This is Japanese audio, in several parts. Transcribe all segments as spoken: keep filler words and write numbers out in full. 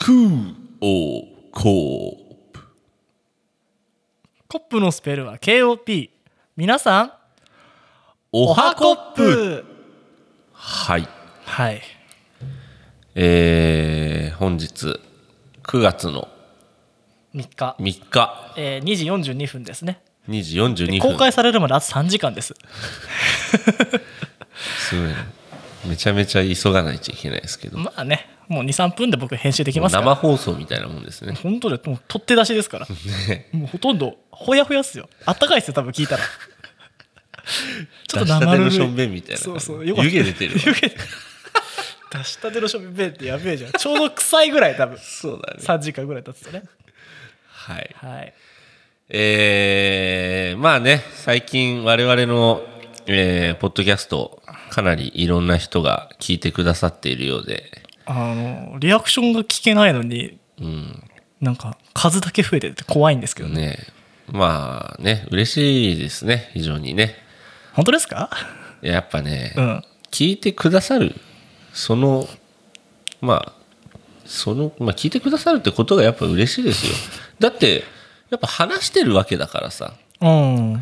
クーオーコープ。 コップのスペルは ケーオーピー。 皆さんおはコップ。 プ。 はいはい。 えー、本日くがつのみっか、 みっか、 えー、にじよんじゅうにふんですね。 にじよんじゅうにふん。 公開されるまであとさんじかんです。 すごいね。めちゃめちゃ急がないといけないですけど、 まあね、もう にさんぷんで僕編集できますから。 生放送みたいなもんですね。 本当でもう取って出しですから、ね、もうほとんどほやほやっすよ。あったかいっすよ多分聞いたら。 ちょっと生ぬるい出したてのしょんべんみたいな。 そうそう、 湯気出てる。 湯気出したてのしょんべんってやべえじゃん。ちょうど臭いぐらい多分。 そうだね。 さんじかんぐらい経つとね。 はい。 はい。 えー、まあね、最近我々の、えー、ポッドキャストかなりいろんな人が聞いてくださっているようで、 あのリアクションが聞けないのに、 うん、 なんか数だけ増えてて怖いんですけどね。 ね、まあね、嬉しいですね、非常にね。 本当ですか？ やっぱね、 うん、 聞いてくださるそのまあそのまあ聞いてくださるってことがやっぱ嬉しいですよ。だってやっぱ話してるわけだからさ、 うん、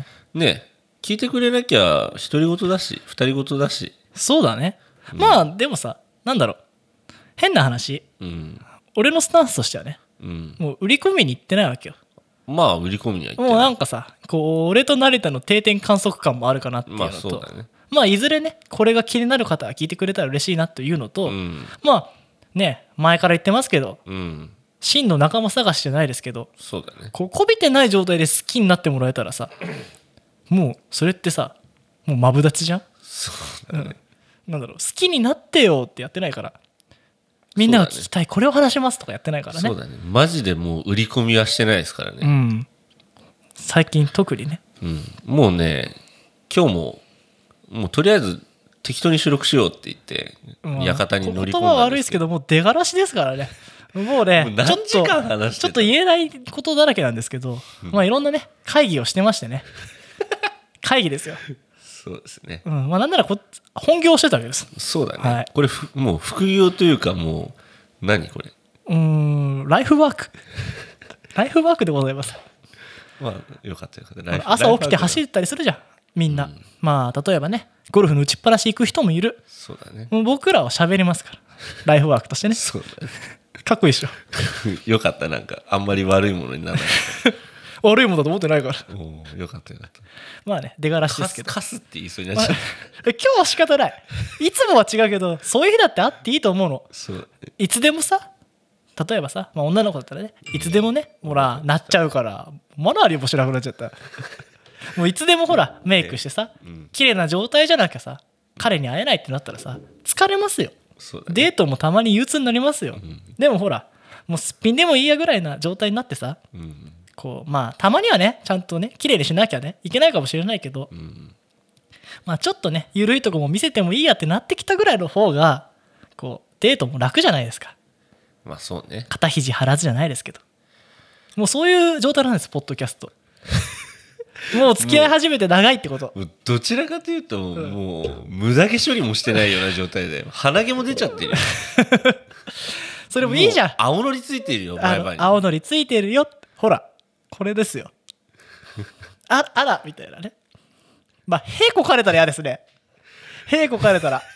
ね、聞いてくれなきゃ独り言だし二人言だし。 そうだね、うん、まあでもさ、なんだろう、変な話、うん、俺のスタンスとしてはね、うん、もう売り込みに行ってないわけよ。 まあ売り込みには行ってない。 もうなんかさ、こう俺と成田の定点観測感もあるかなっていうのと、まあそうだね、まあいずれねこれが気になる方は聞いてくれたら嬉しいなというのと、うん、まあね前から言ってますけど、うん、真の仲間探しじゃないですけど、 そうだね、 こうこびてない状態で好きになってもらえたらさ、もうそれってさ、もうマブダチじゃん。 そうだね、 うん、なんだろう、好きになってよってやってないから、みんなが聞きたい、ね、これを話しますとかやってないからね。 そうだね、マジでもう売り込みはしてないですからね、うん、 最近特にね、 うん、もうね今日ももうとりあえず適当に収録しようって言って館に乗り込んだんですけど、 言葉は悪いですけどもう出がらしですからね。もうねもう何時間話してた、 ちょっと言えないことだらけなんですけど、うん、まあいろんなね会議をしてましてね。会議ですよ。 そうですね、 うん、まあなんならこ本業をしてたわけです。 そうだね、 はい、 これもう副業というか、もう何これ、 うーんライフワークライフワークでございます。 まあよかったよかった。 朝起きて走ったりするじゃんみんな、うん、まあ例えばねゴルフの打ちっぱなし行く人もいる。 そうだね、 もう僕らは喋りますからライフワークとしてね。 そうだねかっこいいでしょ。 よかった、なんかあんまり悪いものにならない悪いものだと思ってないから。 およかったよかった。まあね、出がらしですけど、 カスって言いそうになっちゃう、まあ、今日は仕方ない。いつもは違うけどそういう日だってあっていいと思うの。そう、ね、いつでもさ、例えばさ、まあ、女の子だったらね、いつでもね、ほらなっちゃうからマナーにもしなくなっちゃったもういつでもほらメイクしてさ、綺麗な状態じゃなきゃさ彼に会えないってなったらさ疲れますよ。そうだね、デートもたまに憂鬱になりますよ、うん、でもほらもうすっぴんでもいいやぐらいな状態になってさ、うん、こうまあたまにはねちゃんとね綺麗にしなきゃねいけないかもしれないけど、うん、まあちょっとね緩いとこも見せてもいいやってなってきたぐらいの方がこうデートも楽じゃないですか。 まあそうね、 肩肘張らずじゃないですけど、もうそういう状態なんですポッドキャストもう付き合い始めて長いってこと。 どちらかというともう無駄毛処理もしてないような状態で鼻毛も出ちゃってるよそれもいいじゃん。 青のりついてるよ前歯に。 青のりついてるよ、ほらこれですよあ, あらみたいなね。まあ屁こかれたら嫌ですね。屁こかれたら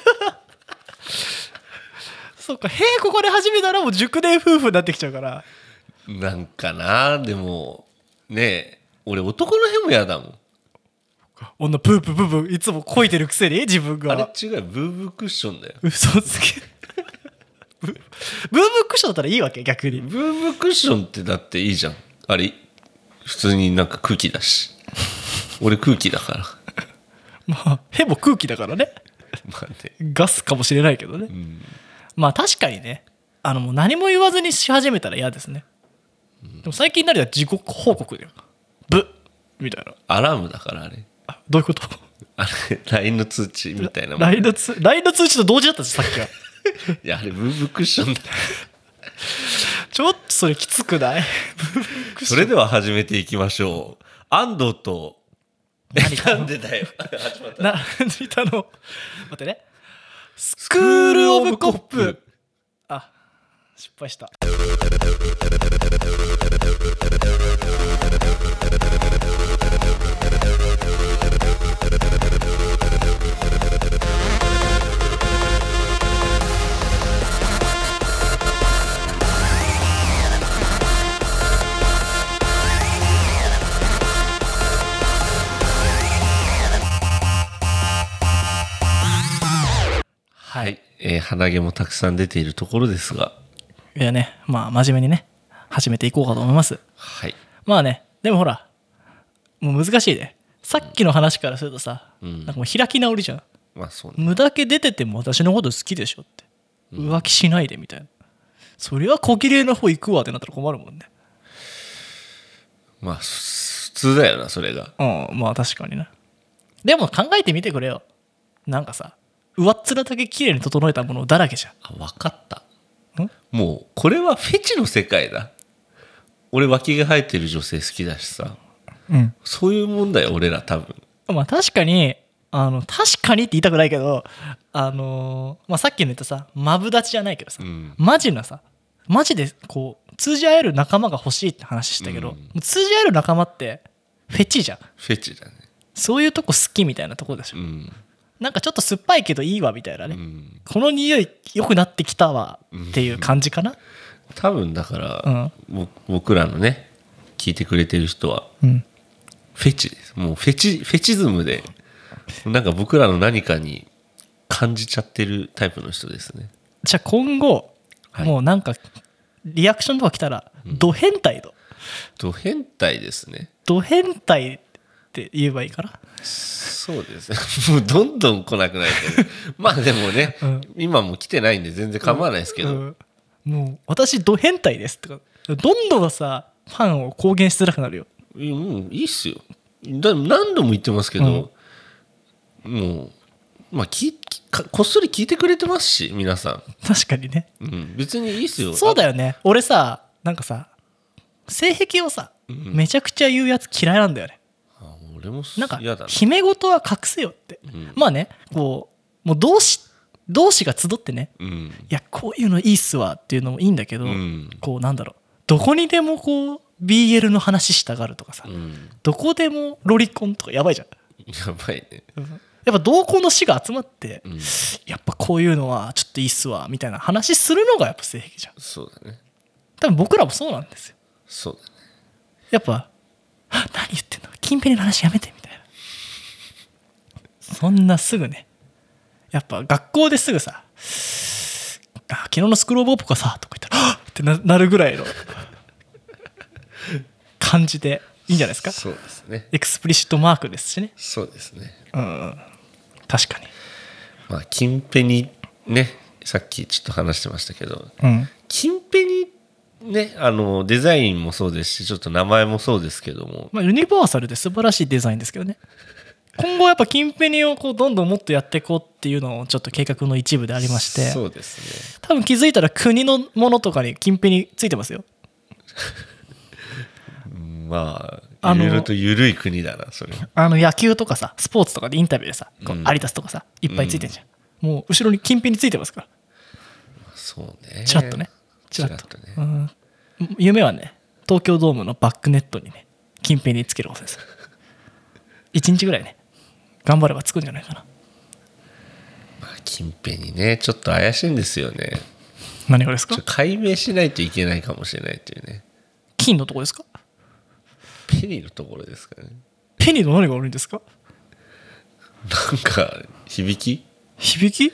そっか、屁こかれ始めたらもう熟年夫婦になってきちゃうから。 なんかな、でもねえ俺男の屁も嫌だもん。 女プープープープーいつもこいてるくせに自分が。 あれ違う、ブーブークッションだよ。 嘘つけブ, ブーブークッションだったらいいわけ逆に。 ブーブークッションってだっていいじゃん。あれ普通になんか空気だし俺空気だからまあ屁も空気だからねまあねガスかもしれないけどね、うん、まあ確かにね、あのもう何も言わずにし始めたら嫌ですね、うん、でも最近になりは自己報告だよ。ブみたいな。 アラームだからあれ。 あ、どういうこと？ あれ ライン の通知みたいなもん。 ライン の, つ ライン の通知と同時だったしさっきは。 いやあれブーブークッションだちょっとそれきつくない？ それでは始めていきましょう。安藤と何なんでだよ始まったな。 何たの待ってね。スクールオブコップ。あ、失敗した。 はい、えー、鼻毛もたくさん出ているところですが、 いやね、まあ真面目にね始めていこうかと思います。 はい。 まあね、でもほらもう難しいね。さっきの話からするとさ、うん、なんかもう開き直りじゃん。 まあそうね、 無駄毛出てても私のこと好きでしょって、うん、浮気しないでみたいな。それは小綺麗な方行くわってなったら困るもんね。 まあ普通だよなそれが。 うん、まあ確かにな。でも考えてみてくれよ。なんかさ、上っ面だけ綺麗に整えたものだらけじゃん。 あ、分かった。もうこれはフェチの世界だ。俺脇が生えてる女性好きだしさ、うん、そういうもんだよ俺ら多分。 まあ確かにあの確かにって言いたくないけど、あのーまあ、さっきの言ったさマブダチじゃないけどさ、うん、マジなさマジでこう通じ合える仲間が欲しいって話したけど、うん、通じ合える仲間ってフェチじゃん。 フェチだね。 そういうとこ好きみたいなとこでしょ、うん、なんかちょっと酸っぱいけどいいわみたいなね、うん、この匂い良くなってきたわっていう感じかな、うん、 多分だから、うん、僕らのね聞いてくれてる人は、うん、フェチです。もうフェチフェチズムでなんか僕らの何かに感じちゃってるタイプの人ですね。 じゃあ今後、はい、もうなんかリアクションとか来たら、うん、ド変態とド変態ですね。 ド変態って言えばいいかな。 そうですね。もうどんどん来なくなるけどまあでもね、うん、今も来てないんで全然構わないですけど、うんうん、もう私ド変態ですとかどんどんさファンを公言しづらくなるよ。 うん、いいっすよ。だ何度も言ってますけど、うん、もうまあきこっそり聞いてくれてますし皆さん。 確かにね、 うん、別にいいっすよ。 そうだよね。俺さなんかさ性癖をさ、うん、めちゃくちゃ言うやつ嫌いなんだよね。 あ、俺もなんか嫌だな。 秘め事は隠せよって、うん、まあねこうもう同志同志が集ってね、うん、いやこういうのいいっすわっていうのもいいんだけど、うん、こうなんだろうどこにでもこう ビーエル の話したがるとかさ、うん、どこでもロリコンとかやばいじゃん。 やばいね。 やっぱ同行の士が集まって、うん、やっぱこういうのはちょっといいっすわみたいな話するのがやっぱ性癖じゃん。 そうだね。 多分僕らもそうなんですよ。 そうだね。 やっぱ何言ってんのキンペニの話やめてみたいな。そんなすぐねやっぱ学校ですぐさあ昨日のスクロールオープかさとか言ったらはっって な, なるぐらいの感じでいいんじゃないですか。 そうですね。 エクスプリシットマークですしね。 そうですね。 うん、確かに。 まあキンペニねさっきちょっと話してましたけど、 うん、 キンペニねあのデザインもそうですしちょっと名前もそうですけども、 まあ、ユニバーサルで素晴らしいデザインですけどね今後やっぱキンペニをこうどんどんもっとやっていこうっていうのをちょっと計画の一部でありまして。 そうですね。 多分気づいたら国のものとかにキンペニついてますよまあいろいろと緩い国だなそれ。 あの野球とかさスポーツとかでインタビューでさ、こうアリタスとかさいっぱいついてんじゃん、うん、もう後ろにキンペニついてますから。 そうね。 チラッとねチラッとね、 うん、夢はね東京ドームのバックネットにねキンペニつけることですいちにちぐらいね頑張ればつくんじゃないかな。 まあキンペニねちょっと怪しいんですよね。 何がですか。 解明しないといけないかもしれないっていうね。 金のとこですか。 ペニのところですかね。 ペニの何が悪いんですか。 なんか響き響き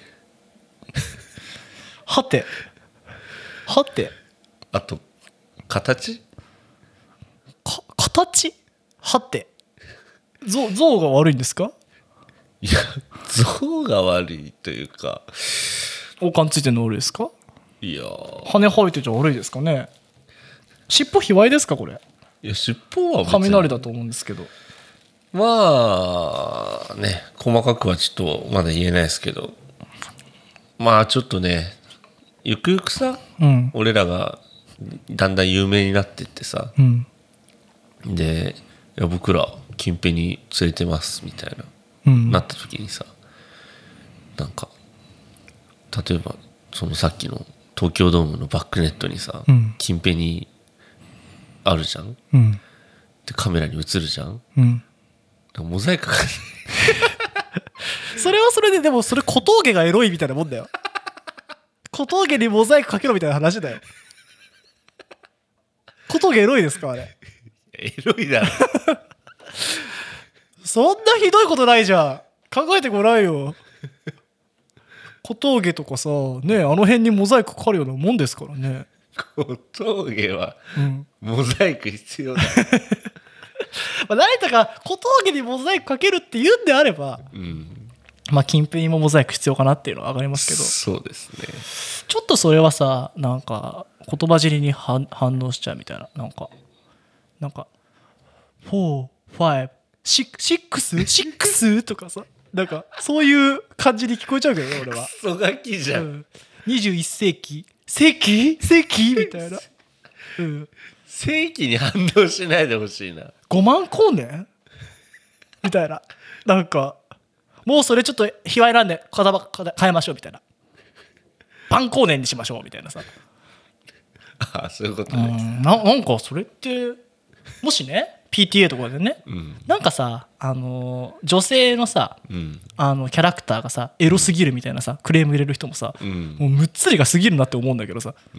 はてはてあと形か形はて像像が悪いんですか。 いや像が悪いというか王冠ついてるの悪いですか。 いや羽生えてちゃ悪いですかね。尻尾卑猥ですかこれ。 いや尻尾は雷だと思うんですけど。 まあね細かくはちょっとまだ言えないですけどまあちょっとねゆくゆくさ、うん、俺らがだんだん有名になってってさ、うん、でいや僕ら近辺に連れてますみたいな、うん、なった時にさなんか例えばそのさっきの東京ドームのバックネットにさ、 うん、 近辺にあるじゃん、 うん、 でカメラに映るじゃん、 うん、 モザイクかかるそれはそれででもそれ小峠がエロいみたいなもんだよ小峠にモザイクかけろみたいな話だよ小峠エロいですかあれエロいだろそんなひどいことないじゃん考えてごらんよ小峠とかさねあの辺にモザイクかかるようなもんですからね小峠はモザイク必要だ、 まあ誰かが小峠にモザイクかけるって言うんであれば、うん、まあ近辺にもモザイク必要かなっていうのは分かりますけどそうですねちょっとそれはさなんか言葉尻に反応しちゃうみたいななんかなんかフォー、ファイブ、シックス、シックス、シックスとかさなんかそういう感じに聞こえちゃうけどね俺はクソガキじゃん、うん、 にじゅういっ世紀世紀世紀みたいな、うん、 世紀に反応しないでほしいなごまん光年みたいななんかもうそれちょっと卑猥なんで言葉変えましょうみたいな万光年にしましょうみたいなさああそういうことね、 うん、な, なんかそれってもしね ピーティーエー とかでね、うん、なんかさ、あのー、女性のさ、うん、あのキャラクターがさエロすぎるみたいなさクレーム入れる人もさ、うん、もうむっつりがすぎるなって思うんだけどさ、うん、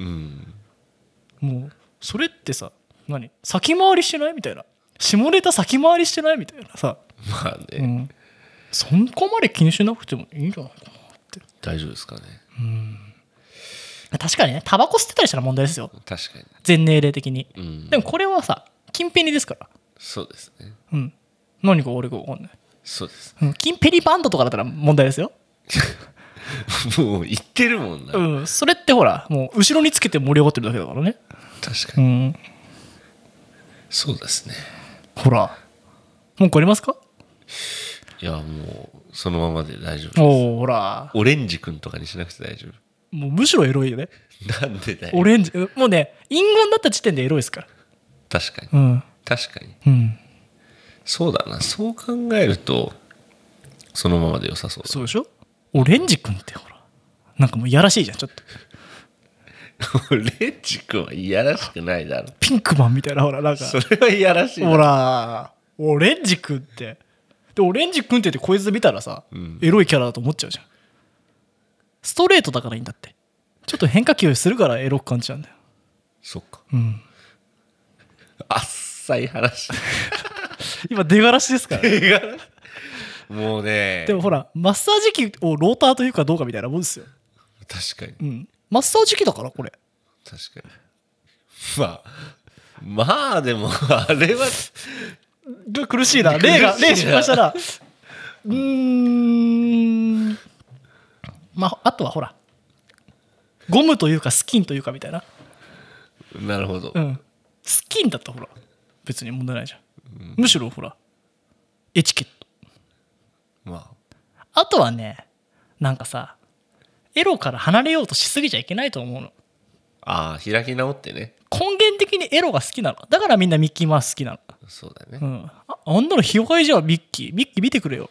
もうそれってさ何先回りしてないみたいな下ネタ先回りしてないみたいなさまあね、 うん、そこまで気にしなくてもいいんじゃないかなって大丈夫ですかね、 うん、確かにねタバコ吸ってたりしたら問題ですよ確かに全年齢的に、 うん、 でもこれはさ金ペニですからそうですね、 うん、何か俺が分かんないそうです、 うん、金ペニバンドとかだったら問題ですよもう言ってるもんな、 うん、それってほらもう後ろにつけて盛り上がってるだけだからね確かに、うん、そうですねほら文句ありますかいやもうそのままで大丈夫です。 おほらオレンジくんとかにしなくて大丈夫。 もうむしろエロいよね。 なんでだよ。 オレンジもうね隠語になった時点でエロいですから。 確かに、 うん、 確かに、 うん、 そうだな。そう考えるとそのままで良さそうだ。 そうでしょ。オレンジくんってほらなんかもういやらしいじゃんちょっと。 オレンジくんはいやらしくないだろ。 ピンクマンみたいなほらなんかそれはいやらしいな。 ほらオレンジくんってでオレンジくんって言ってこいつ見たらさ、うん、エロいキャラだと思っちゃうじゃん。ストレートだからいいんだって。ちょっと変化球するからエロく感じちゃうんだよ。 そっか、 うん、 あっさい話今出がらしですから、ね、 出がらしもうね。 でもほらマッサージ機をローターというかどうかみたいなもんですよ。 確かに、 うん、マッサージ機だからこれ。 確かに。まあまあでもあれは苦しいな。例が例失敗したらうーんまああとはほらゴムというかスキンというかみたいな。 なるほど、 うん、スキンだったらほら別に問題ないじゃん、うん、むしろほらエチケット。 まああとはねなんかさエロから離れようとしすぎちゃいけないと思うの。 ああ開き直ってね。 根源的にエロが好きなのだからみんなミッキーマウス好きなの。 そうだね、 うん、あ, あんなの卑猥じゃんミッキーミッキー見てくれよ。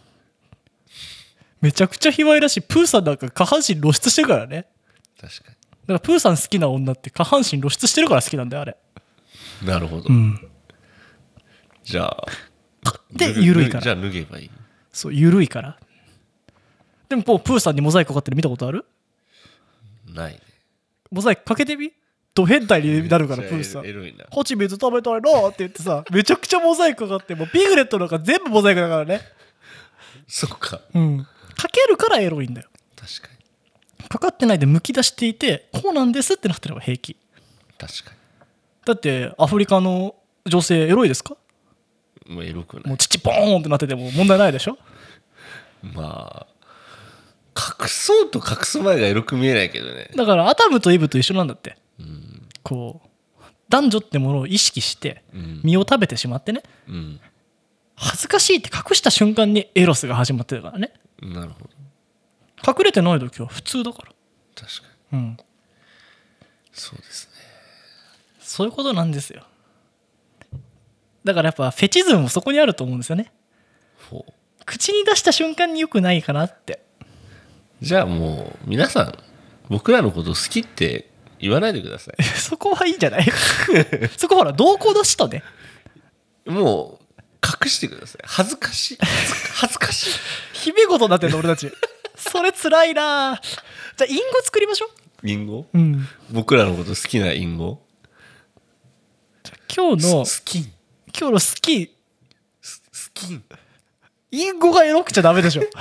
めちゃくちゃ卑猥だしプーさんなんか下半身露出してるからね。 確かに。 だからプーさん好きな女って下半身露出してるから好きなんだよあれ。 なるほど、 うん、 じゃあで緩いから。 じゃあ脱げばいい。 そう緩いから。でもこうプーさんにモザイクかかってる見たことある？ ないね。 モザイクかけてみ。ド変態になるからプーさん。ハチミツ食べたいなって言ってさめちゃくちゃモザイクかかってもうピグレットなんか全部モザイクだからね。 そっか、 うん、かけるからエロいんだよ。 確かに。 かかってないでむき出していてこうなんですってなってれば平気。 確かに。 だってアフリカの女性エロいですか？ もうエロくない。 もう乳ポーンってなってても問題ないでしょ。 まあ隠そうと隠す前がエロく見えないけどね。 だからアダムとイブと一緒なんだって、 うん、 こう男女ってものを意識して身を食べてしまってね、うん、恥ずかしいって隠した瞬間にエロスが始まってるからね。 なるほど。 隠れてない時は普通だから。 確かに、うん、 そうですね。 そういうことなんですよ。だからやっぱフェチズムもそこにあると思うんですよね。 ほう。口に出した瞬間に良くないかなって。 じゃあもう皆さん僕らのこと好きって言わないでください。 そこはいいんじゃないそこほら同行の使徒ね。 もう隠してください。恥ずかしい恥ずかしい姫事になってんの俺たち。それつらいな。じゃあ隠語作りましょう。 隠語、 うん、 僕らのこと好きな隠語。 じゃあ今日の好き今日の好き好き隠語がエロくちゃダメでしょ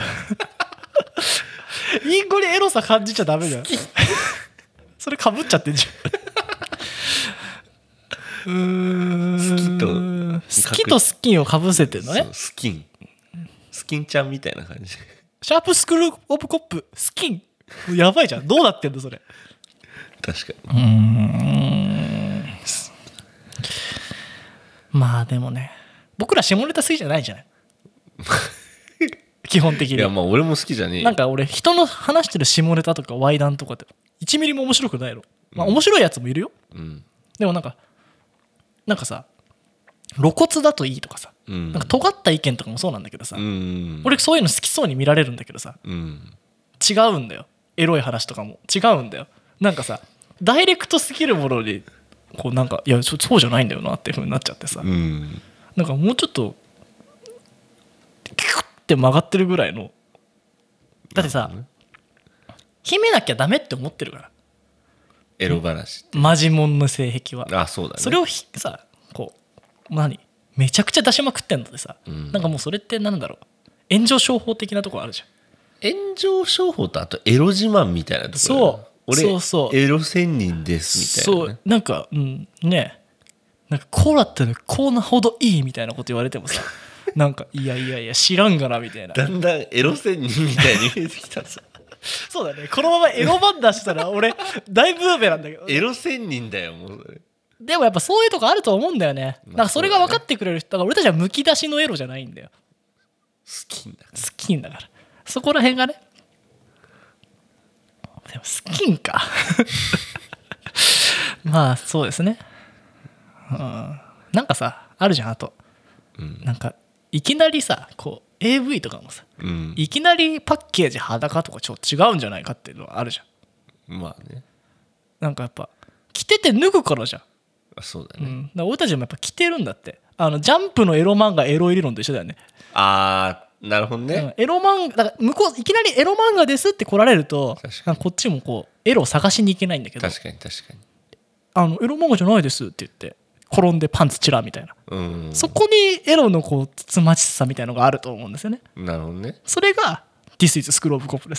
隠語にエロさ感じちゃダメじゃん。それかぶっちゃってんじゃん。うーん好きと好きとスキンをかぶせてんのね。 スキンスキンちゃんみたいな感じ。 シャープスクールオブコップスキンやばいじゃん。どうなってんのそれ。 確かに。 うーんまあでもね僕ら下ネタ好きじゃないじゃない基本的に。 いやまあ俺も好きじゃねえよ。 なんか俺人の話してる下ネタとかワイダンとかっていちミリも面白くないの。まあ面白いやつもいるよ、 うん、 でもなんかなんかさ露骨だといいとかさ、うん、なんか尖った意見とかもそうなんだけどさ、うん、俺そういうの好きそうに見られるんだけどさ、うん、違うんだよ。エロい話とかも違うんだよ。なんかさダイレクトすぎるものにこうなんかいやそうじゃないんだよなっていう風になっちゃってさ、うん、なんかもうちょっとキュッて曲がってるぐらいの。だってさ秘めなきゃダメって思ってるからエロ話ってマジモンの性癖は。 あそうだね。 それをさこう何めちゃくちゃ出しまくってんのでさ、うん、なんかもうそれってなんだろう炎上商法的なところあるじゃん。 炎上商法とあとエロ自慢みたいなところ。 そう俺そうそうエロ仙人ですみたいな、ね、 そうなんかうんねなんかこうだったらこうなほどいいみたいなこと言われてもさなんかいやいやいや知らんがなみたいな。 だんだんエロ仙人みたいに見えてきたさそうだねこのままエロ版出したら俺大ブーメなんだけど、ね、 エロ仙人だよもう。 でもやっぱそういうとこあると思うんだよね。なんかそれが分かってくれる人だから俺たちはむき出しのエロじゃないんだよ。 好きんだから好きんだからそこら辺がね。でも好きんかまあそうですね、うん、なんかさあるじゃんあと、うん、なんかいきなりさこう エーブイ とかもさ、うん、いきなりパッケージ裸とかちょっと違うんじゃないかっていうのはあるじゃん。 まあねなんかやっぱ着てて脱ぐからじゃん。 あそうだね、うん、だから俺たちもやっぱ着てるんだって。あのジャンプのエロ漫画エロい理論と一緒だよね。 あーなるほどね、 うん、エロ漫画だから向こういきなりエロ漫画ですって来られるとこっちもこうエロを探しに行けないんだけど確かに確かにあのエロ漫画じゃないですって言って転んでパンツチラみたいな、うん、そこにエロのこうつつましさみたいなのがあると思うんですよね。 なるほどね。 それが This is School of Cop です、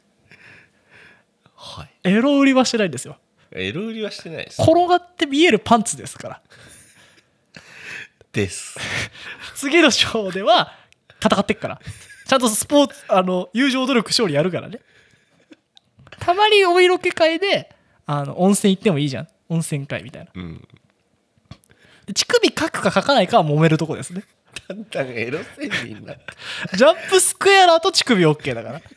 はい、 エロ売りはしてないんですよ。 エロ売りはしてないです。 転がって見えるパンツですからです次の章では戦ってっからちゃんとスポーツあの友情努力勝利やるからね。たまにお色気会であの温泉行ってもいいじゃん。温泉会みたいな、うん、乳首書くか書かないかは揉めるとこですね。 だんだんエロ仙人になってジャンプスクエアだと乳首 OK だから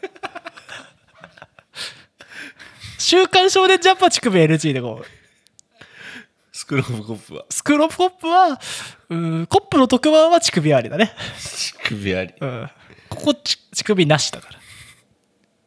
週刊少年ジャンプは乳首 エヌジー でこうスクローブコップはスクローブコップはうーコップの特番は乳首ありだね。 乳首あり、うん、 ここ乳首なしだから。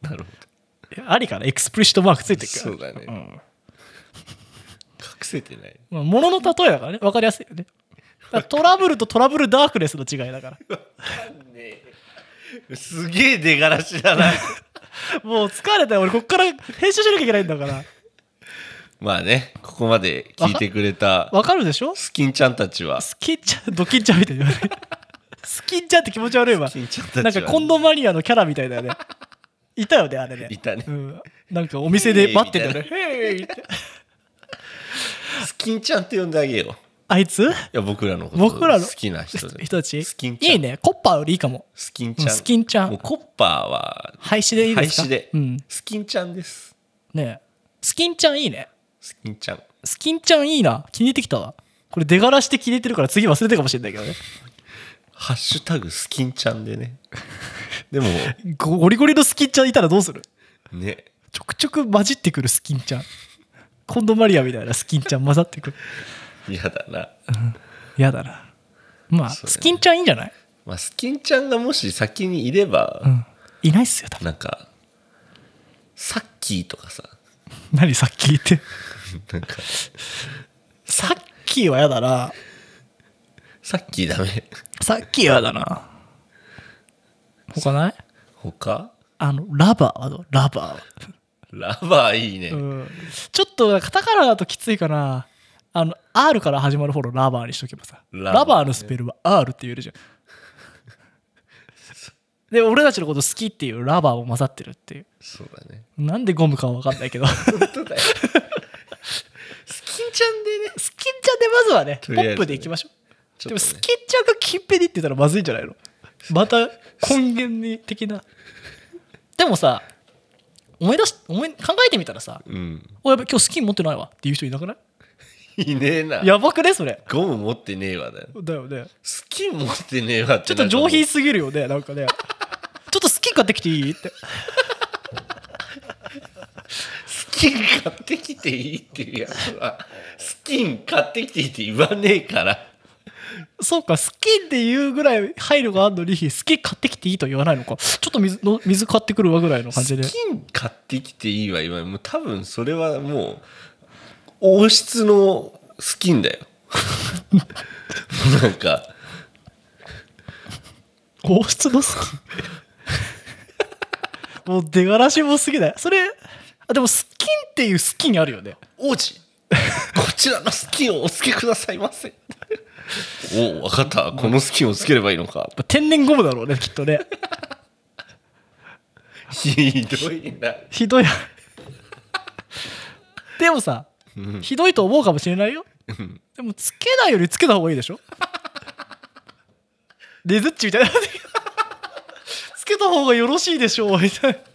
なるほど。ありかなエクスプリシットマークついてるから。 そうだね、うん、隠せてない。 まあ、物の例えだからね分かりやすいよね。トラブルとトラブルダークネスの違いだから。 分かんねえ。すげえ出がらしだなもう疲れたよ俺こっから編集しなきゃいけないんだから。 まあねここまで聞いてくれたわかるでしょスキンちゃんたちは。 スキンちゃんドキンちゃんみたいに言われるスキンちゃんって気持ち悪いわ。なんかコンドマニアのキャラみたいだよね。いたよねあれね。 いたね、 うん、なんかお店で待ってたよね。ヘーイってスキンちゃんって呼んであげよう。 あいついや僕らのこと好きな人で人たちスキンちゃんいいね。コッパーよりいいかも。 スキンちゃん、うん、 スキンちゃん。 もうコッパーは廃止でいいですか。 廃止で、 うん、 スキンちゃんですね。スキンちゃんいいね。 スキンちゃんスキンちゃんいいな。気に入ってきたわ。これ出がらして気に入ってるから次忘れてるかもしれないけどね。 ハッシュタグスキンちゃんでねでもゴリゴリのスキンちゃんいたらどうするね。 ちょくちょく混じってくるスキンちゃんコンドマリアみたいなスキンちゃん混ざってくる。 嫌だな。 嫌、うん、だな。まあ、ね、スキンちゃんいいんじゃない。 まあ、スキンちゃんがもし先にいれば、 うん、いないっすよ多分。 なんかサッキーとかさ何さっき言ってなんかさっきはやだな。 さっきダメ。 さっきはやだな。他ない？ 他あのラバーはどう？ラバーラバーいいね、 うん、ちょっとカタカナだときついかな。あの R から始まる方のラバーにしとけばさ、ラバー、ね、ラバーのスペルは R って言えるじゃんで俺たちのこと好きっていうラバーも混ざってるっていう。 そうだね。 なんでゴムかは分かんないけど本当だよスキンちゃんでね、 スキンちゃんでまずはね、ポップでいきましょう、ね、でもスキンちゃんがキンペディって言ったらまずいんじゃないの？また根源に的なでもさ、思い出し思い考えてみたらさ、うん、おやべ今日スキン持ってないわっていう人いなくない？ いねえな。 やばくねそれ。 ゴム持ってねえわだよ。 だよね。 スキン持ってねえわって。 ちょっと上品すぎるよねなんかねちょっとスキン買ってきていいってスキン買ってきていいっていうやつはスキン買ってきていいって言わねえから。 そうか、スキンっていうぐらい配慮があるのにスキン買ってきていいと言わないのか。ちょっと 水, の水買ってくるわぐらいの感じで。 スキン買ってきていいわ言わない。もう多分それはもう王室のスキンだよなんか王室のスキンもう出がらしもすぎだよそれ。あでもスキンっていうスキンあるよね。 王子こちらのスキンをお付けくださいませおお分かった、このスキンをつければいいのか。 天然ゴムだろうねきっとねひどいな。 ひどいでもさ、うん、ひどいと思うかもしれないよでもつけないよりつけた方がいいでしょレズッチみたいなつけた方がよろしいでしょうみたい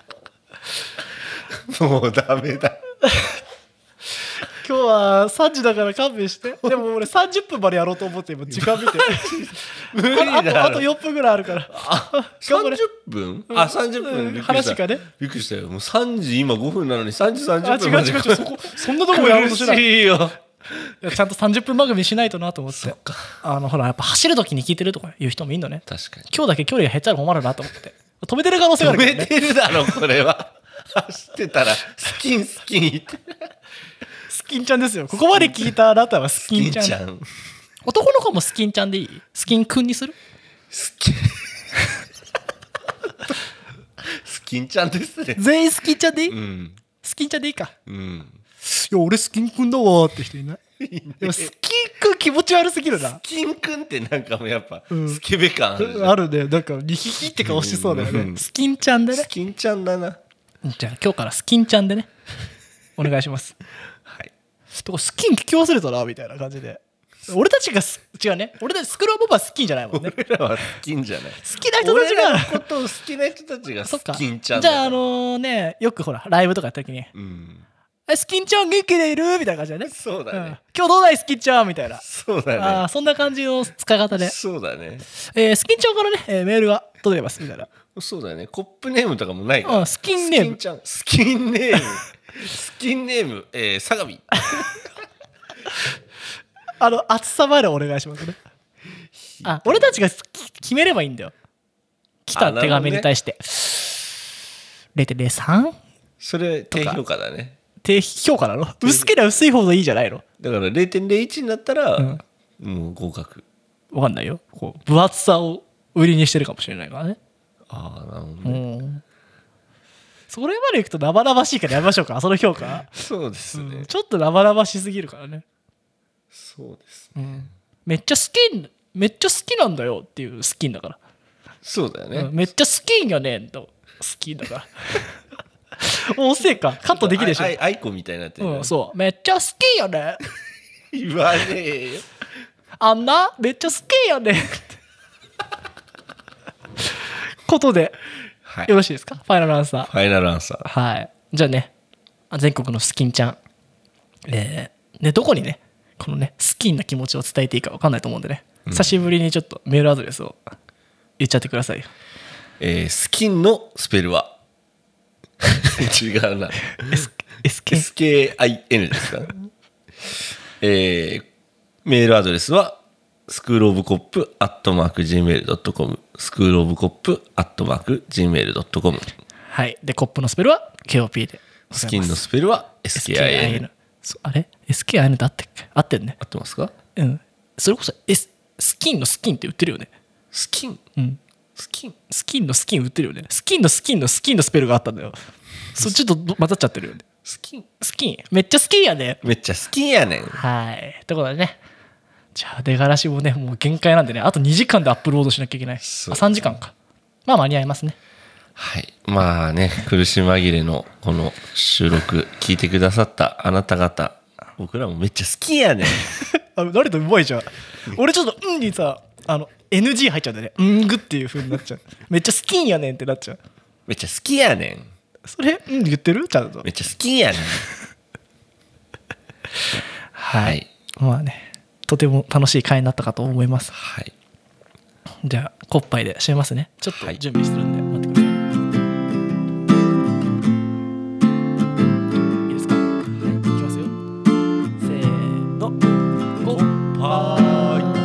なもうダメだ今日はさんじだから勘弁して。でも俺さんじゅっぷんまでやろうと思って今時間見て無理だ あ, あ, とあとよっぷんぐらいあるからあさんじゅっぷん、うん、あさんじゅっぷん、うん、 話がねびっくりしたよ。もうさんじ今ごふんなのにさんじさんじゅっぷんまで。あ違う違う違うそこそんなとこやろうとしない。 苦しいよ。 ちゃんとさんじゅっぷん番組しないとなと思って。そっか。あのほらやっぱ走る時に聞いてるとかいう人もいるのね。 確かに。 今日だけ距離が減っちゃうの困るなと思って止めてる可能性があるからね。 止めてるだろこれは走ってたらスキンスキンってスキンちゃんですよ。ここまで聞いたあなたはスキンちゃん。 スキンちゃん。 男の子もスキンちゃんでいい？スキンくんにする？ スキンスキンちゃんですね。 全員スキンちゃんでいい？ うん、 スキンちゃんでいいか。 うん、いや俺スキンくんだわって人いない？いいね、でもスキンくん気持ち悪すぎるな。 スキンくんってなんかもうやっぱ、うん、スケベ感あるじゃん。 あるね。なんかリヒヒって顔しそうだよね、うんうん、スキンちゃんでね。 スキンちゃんだな。 じゃあ今日からスキンちゃんでねお願いしますはい。 とこスキン聞き忘れたなみたいな感じで。俺たちが違うね。俺たちスクローボブはスキンじゃないもんね。 俺らはスキンじゃない。 好きな人たちが俺らのことを好きな人たちがスキンちゃんだ。 じゃああのー、ねよくほらライブとかやった時に、うん、スキンちゃん元気でいるみたいな感じだね。 そうだね、うん、 今日どうだいスキンちゃんみたいな。 そうだね。 あそんな感じの使い方で。 そうだね、 えー、スキンちゃんからね、えー、メールが届いてますみたいな。 そうだね。コップネームとかもないから、 うん、スキンネーム。 スキンちゃんスキンネームスキンネーム、えー、相模あの厚さまでお願いしますね。あ俺たちが決めればいいんだよ。来た手紙に対して、ね、れいてんれいさんそれ低評価だね。 低評価なの？薄ければ薄いほどいいじゃないの？ だから れいてんれいいち になったら、うん、もう合格。 わかんないよ。こう分厚さを売りにしてるかもしれないからね。 ああなるほどね、うん、 それまでいくと生々しいからやめましょうかその評価。 そうですね、 うん、ちょっと生々しすぎるからね。 そうですね、うん、 めっちゃ好きめっちゃ好きなんだよっていうスキンだから。 そうだよね、 うん、めっちゃ好きんよねんとスキンだからもう遅いかカットできるでしょ。 アイコみたいになってる、 うん、そうめっちゃ好きよね言わねえよあんなめっちゃ好きよねことで、はい、よろしいですか？ファイナルアンサー。 ファイナルアンサー。 はい。じゃあね、全国のスキンちゃん、えー、ねどこにねこのねスキンな気持ちを伝えていいか分かんないと思うんでね、うん、久しぶりにちょっとメールアドレスを言っちゃってくださいよ。 えー、スキンのスペルは違うな。エスケーアイエヌ ですか？えー、メールアドレスはスクールオブコップアットマーク ジーメールドットコム スクールオブコップアットマーク ジーメールドットコム。 はい。でコップのスペルは ケーオーピー でスキンのスペルは エスケーアイエヌ。 あれ エスケーアイエヌ って合ってっけ？合ってんね。 合ってますか？ うん。それこそ、S、スキンのスキンって売ってるよね。 スキン、 うん、 スキンスキンのスキン売ってるよね。スキンのスキンのスキンのスペルがあったんだよ。そちょっと混ざっちゃってるよね。 スキンスキンめっちゃ好きやね。 めっちゃ好きやねん。 はいということでね、じゃあ出がらしもねもう限界なんでね、あとにじかんでアップロードしなきゃいけない。あさんじかんか。まあ間に合いますね。 はい、まあね、苦し紛れのこの収録聞いてくださったあなた方、僕らもめっちゃ好きやねん。 あ、誰とうまいじゃん。俺ちょっと「うん」にさ、あの エヌジー 入っちゃうんだよね。うんぐっていう風になっちゃう。めっちゃ好きやねんってなっちゃう。 めっちゃ好きやねん。 それうん言ってる？ちゃんと。 めっちゃ好きやねん。 はい、まあね、とても楽しい回になったかと思います。 はい。 じゃあコッパイで締めますね。ちょっと準備してるんで待ってください。いいですか？はい、いきますよ。せーの。コッパイ。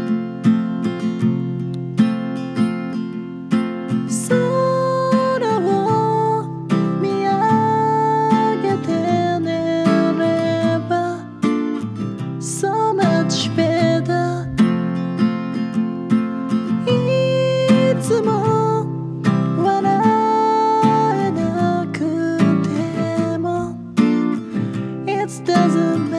空を見上げて寝れば So much better いつも笑えなくても It doesn't matter